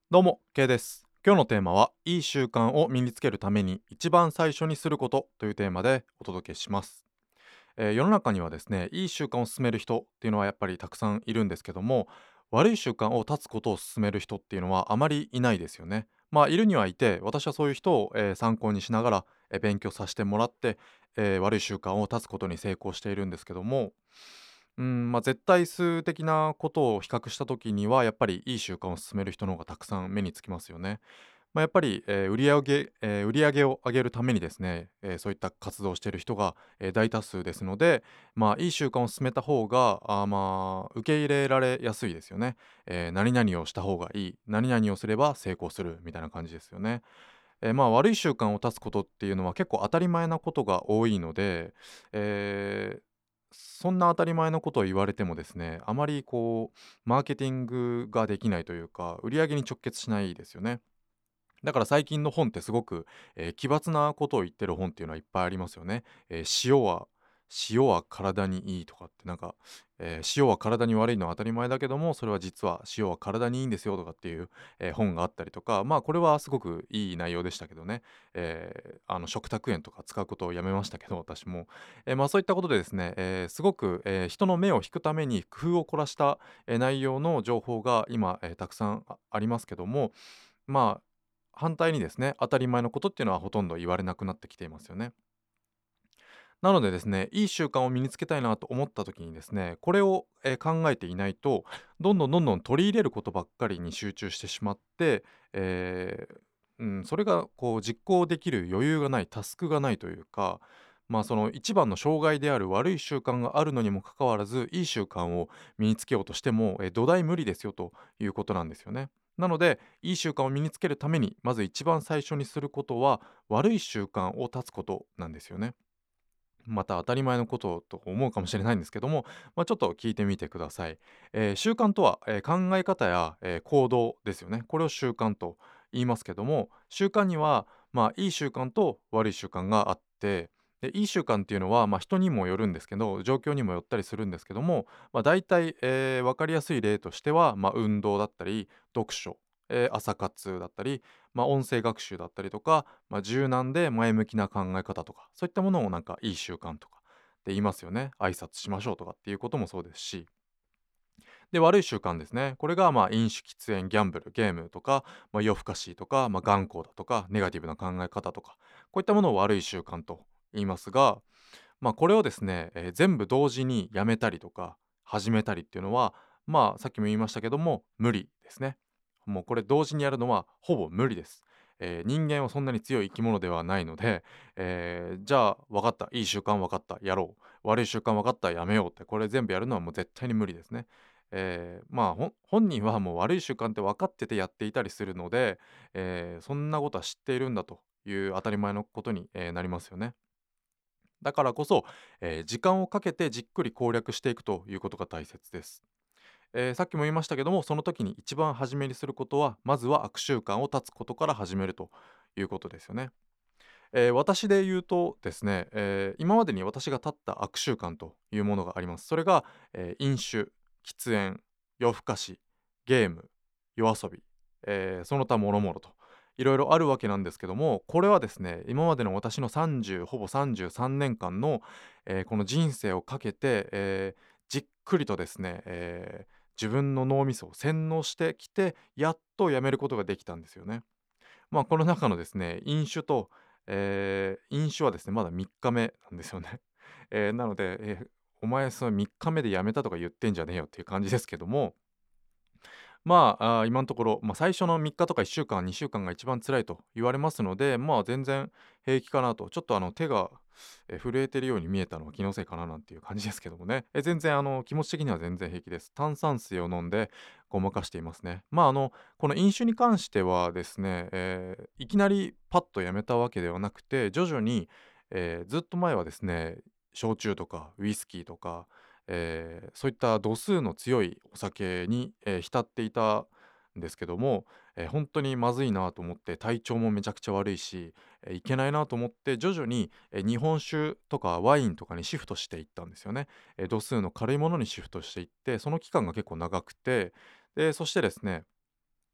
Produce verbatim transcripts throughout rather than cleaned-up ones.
どうも、K です。今日のテーマは、いい習慣を身につけるために一番最初にすることというテーマでお届けします。えー世の中にはですね、いい習慣を進める人っていうのはやっぱりたくさんいるんですけども、悪い習慣を断つことを進める人っていうのはあまりいないですよね。まあ、いるにはいて、私はそういう人を、えー参考にしながら、えー勉強させてもらって、えー悪い習慣を断つことに成功しているんですけども、うん、まあ、絶対数的なことを比較した時には、やっぱりいい習慣を進める人の方がたくさん目につきますよね。まあ、やっぱり、えー売り上げえー売り上げを上げるためにですね、えーそういった活動をしている人が、えー大多数ですので、まあ、いい習慣を進めた方が、あーまあ、受け入れられやすいですよね。えー何々をした方がいい、何々をすれば成功するみたいな感じですよね。えーまあ、悪い習慣を断つことっていうのは結構当たり前なことが多いので、えーそんな当たり前のことを言われてもですね、あまりこう、マーケティングができないというか、売り上げに直結しないですよね。だから最近の本ってすごく、えー奇抜なことを言ってる本っていうのはいっぱいありますよね。えー塩は塩は体にいいとかってなんか、えー塩は体に悪いのは当たり前だけども、それは実は塩は体にいいんですよとかっていう、えー本があったりとか、まあこれはすごくいい内容でしたけどね。えーあの食卓塩とか使うことをやめましたけど、私も。えーまあそういったことでですね、えーすごく、えー人の目を引くために工夫を凝らした、えー内容の情報が今、えーたくさんあありますけども、まあ反対にですね、当たり前のことっていうのはほとんど言われなくなってきていますよね。なのでですね、いい習慣を身につけたいなと思った時にですね、これを、えー考えていないと、どんどんどんどん取り入れることばっかりに集中してしまって、えーうん、それがこう実行できる余裕がない、タスクがないというか、まあその一番の障害である悪い習慣があるのにもかかわらず、いい習慣を身につけようとしても、えー土台無理ですよということなんですよね。なので、いい習慣を身につけるために、まず一番最初にすることは、悪い習慣を断つことなんですよね。また当たり前のことと思うかもしれないんですけども、まあ、ちょっと聞いてみてください。えー習慣とは、えー考え方や、えー行動ですよね。これを習慣と言いますけども、習慣には、まあ、いい習慣と悪い習慣があって、でいい習慣っていうのは、まあ、人にもよるんですけど、状況にもよったりするんですけども、まあ、大体、えー分かりやすい例としては、まあ、運動だったり読書、えー朝活だったり、まあ、音声学習だったりとか、まあ、柔軟で前向きな考え方とか、そういったものをなんかいい習慣とかって言いますよね。挨拶しましょうとかっていうこともそうですし。で、悪い習慣ですね。これがまあ飲酒、喫煙、ギャンブル、ゲームとか、まあ、夜更かしとか、まあ、頑固だとか、ネガティブな考え方とか、こういったものを悪い習慣と言いますが、まあ、これをですね、えー全部同時にやめたりとか、始めたりっていうのは、まあ、さっきも言いましたけども、無理ですね。もうこれ同時にやるのはほぼ無理です。えー人間はそんなに強い生き物ではないので、えーじゃあ分かった、いい習慣分かった、やろう。悪い習慣分かった、やめようって、これ全部やるのはもう絶対に無理ですね。えーまあ、ほん本人はもう悪い習慣って分かっててやっていたりするので、えーそんなことは知っているんだという当たり前のことに、えーなりますよね。だからこそ、えー時間をかけてじっくり攻略していくということが大切です。えーさっきも言いましたけども、その時に一番初めにすることは、まずは悪習慣を断つことから始めるということですよね。えー私で言うとですね、えー今までに私が断った悪習慣というものがあります。それが、えー飲酒、喫煙、夜更かし、ゲーム、夜遊び、えーその他諸々といろいろあるわけなんですけども、これはですね、今までの私のさんじゅうほぼさんじゅうさんねんかんの、えーこの人生をかけて、えーじっくりとですね、えー自分の脳みそを洗脳してきて、やっとやめることができたんですよね。まあ、この中のですね、飲酒と、えー飲酒はですね、まだみっかめなんですよね。えーなので、えーお前そのみっかめでやめたとか言ってんじゃねえよっていう感じですけども、まあ、あー今のところ、まあ、最初のみっかとかいっしゅうかん、にしゅうかんが一番辛いと言われますので、まあ、全然平気かなと。ちょっとあの手が、え、震えてるように見えたのは気のせいかななんていう感じですけどもね。え、全然あの気持ち的には全然平気です。炭酸水を飲んでごまかしていますね。まあ、あの、この飲酒に関してはですね、えーいきなりパッとやめたわけではなくて、徐々に、えーずっと前はですね、焼酎とかウイスキーとか、えーそういった度数の強いお酒に、えー浸っていたんですけども、えー本当にまずいなと思って体調もめちゃくちゃ悪いし、えーいけないなと思って徐々に、えー日本酒とかワインとかにシフトしていったんですよね。えー度数の軽いものにシフトしていって、その期間が結構長くて、でそしてですね、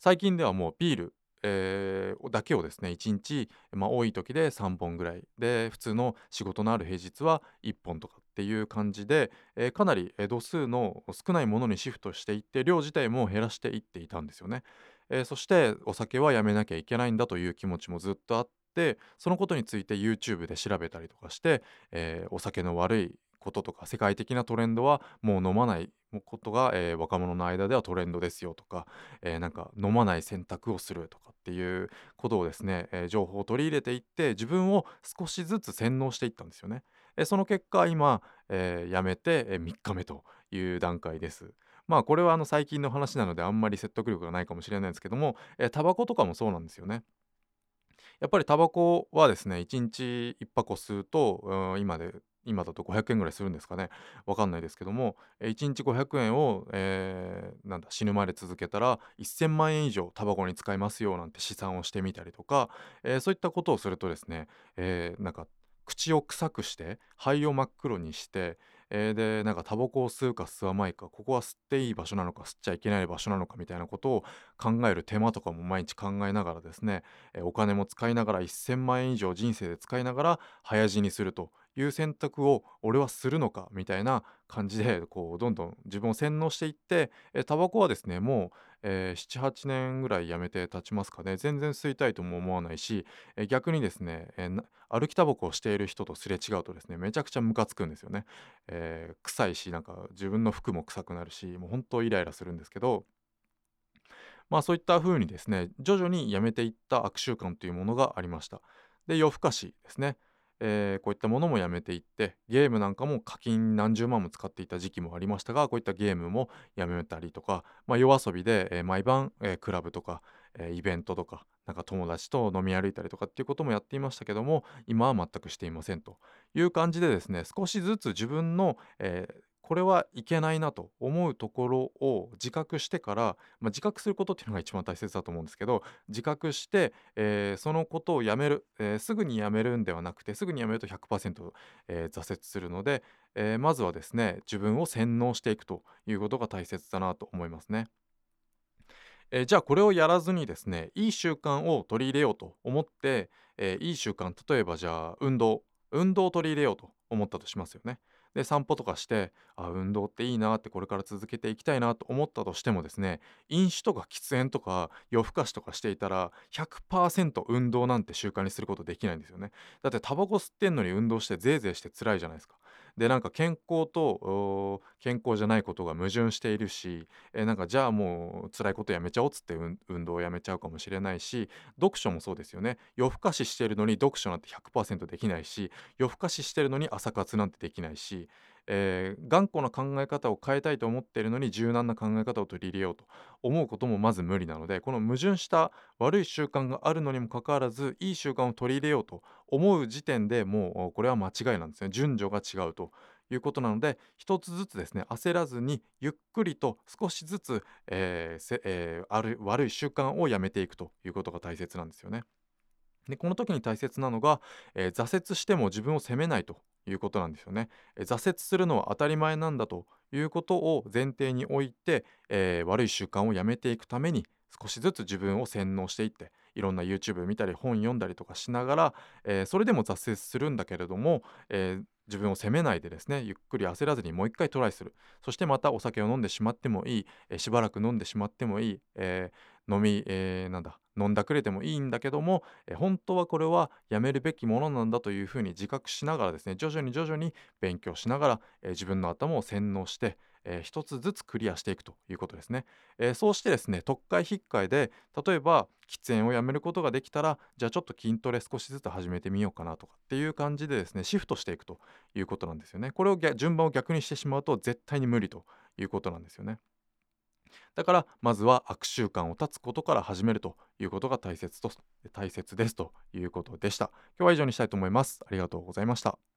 最近ではもうビール、えーだけをですねいちにち、まあ、多い時でさんぼんぐらいで、普通の仕事のある平日はいっぽんとかっていう感じで、えーかなりえー度数の少ないものにシフトしていって、量自体も減らしていっていたんですよね。えーそしてお酒はやめなきゃいけないんだという気持ちもずっとあって、そのことについて YouTube で調べたりとかして、えーお酒の悪いこととか世界的なトレンドはもう飲まないことが、えー若者の間ではトレンドですよとか、えーなんか飲まない選択をするとかっていうことをですね、えー情報を取り入れていって自分を少しずつ洗脳していったんですよね。えーその結果今、えーやめて、えーみっかめという段階です。まあこれはあの最近の話なのであんまり説得力がないかもしれないんですけども、えータバコとかもそうなんですよね。やっぱりタバコはですね、いちにちいっぱこ吸うと、うん、今で今だとごひゃくえんぐらいするんですかね。わかんないですけども、え、いちにちごひゃくえんを、えーなんだ、死ぬまで続けたらせんまん円以上タバコに使いますよなんて試算をしてみたりとか、えーそういったことをするとですね、えーなんか口を臭くして肺を真っ黒にして、えーでなんかタバコを吸うか吸わないか、ここは吸っていい場所なのか吸っちゃいけない場所なのかみたいなことを考える手間とかも毎日考えながらですね、えーお金も使いながらせんまん円以上人生で使いながら早死にするという選択を俺はするのかみたいな感じでこうどんどん自分を洗脳していって、えータバコはですねもう、えー、ななはちねんぐらいやめて経ちますかね。全然吸いたいとも思わないし、えー逆にですね、えーな歩きタバコをしている人とすれ違うとですねめちゃくちゃムカつくんですよね。えー臭いし、なんか自分の服も臭くなるし、もう本当イライラするんですけど、まあそういった風にですね、徐々にやめていった悪習慣というものがありました。で、夜更かしですね。えーこういったものもやめていって、ゲームなんかも課金何十万も使っていた時期もありましたが、こういったゲームもやめたりとか、まあ、夜遊びで、えー毎晩、えークラブとか、えーイベントとか、なんか友達と飲み歩いたりとかっていうこともやっていましたけども、今は全くしていませんという感じでですね、少しずつ自分の、えーこれはいけないなと思うところを自覚してから、まあ、自覚することっていうのが一番大切だと思うんですけど、自覚して、えーそのことをやめる、えーすぐにやめるんではなくて、すぐにやめるとひゃくパーセント、えー挫折するので、えーまずはですね自分を洗脳していくということが大切だなと思いますね。えーじゃあこれをやらずにですねいい習慣を取り入れようと思って、えーいい習慣、例えばじゃあ運動運動を取り入れようと思ったとしますよね。で散歩とかして、あ運動っていいなってこれから続けていきたいなと思ったとしてもですね、飲酒とか喫煙とか夜更かしとかしていたらひゃくパーセント運動なんて習慣にすることできないんですよね。だってタバコ吸ってんのに運動してぜいぜいして辛いじゃないですか。でなんか健康とお健康じゃないことが矛盾しているし、え、なんかじゃあもう辛いことやめちゃおうっつって運運動をやめちゃうかもしれないし、読書もそうですよね。夜更かししてるのに読書なんてひゃくパーセントできないし、夜更かししてるのに朝活なんてできないし、えー頑固な考え方を変えたいと思っているのに柔軟な考え方を取り入れようと思うこともまず無理なので、この矛盾した悪い習慣があるのにもかかわらずいい習慣を取り入れようと思う時点でもうおこれは間違いなんですね。順序が違うということなので、一つずつですね焦らずにゆっくりと少しずつ、えーせえーある悪い習慣をやめていくということが大切なんですよね。でこの時に大切なのが、えー挫折しても自分を責めないということなんですよね。えー挫折するのは当たり前なんだということを前提に置いて、えー悪い習慣をやめていくために少しずつ自分を洗脳していって、いろんな YouTube 見たり本読んだりとかしながら、えーそれでも挫折するんだけれども、えー自分を責めないでですねゆっくり焦らずにもう一回トライする。そしてまたお酒を飲んでしまってもいい、えーしばらく飲んでしまってもいい、えー飲み、えーなんだ飲んだくれてもいいんだけども、え、本当はこれはやめるべきものなんだというふうに自覚しながらですね、徐々に徐々に勉強しながら、え、自分の頭を洗脳して、え、一つずつクリアしていくということですね。え、そうしてですね、特会引っかいで、例えば喫煙をやめることができたら、じゃあちょっと筋トレ少しずつ始めてみようかなとかっていう感じでですね、シフトしていくということなんですよね。これをぎゃ順番を逆にしてしまうと絶対に無理ということなんですよね。だからまずは悪習慣を断つことから始めるということが大切と大切ですということでした。今日は以上にしたいと思います。ありがとうございました。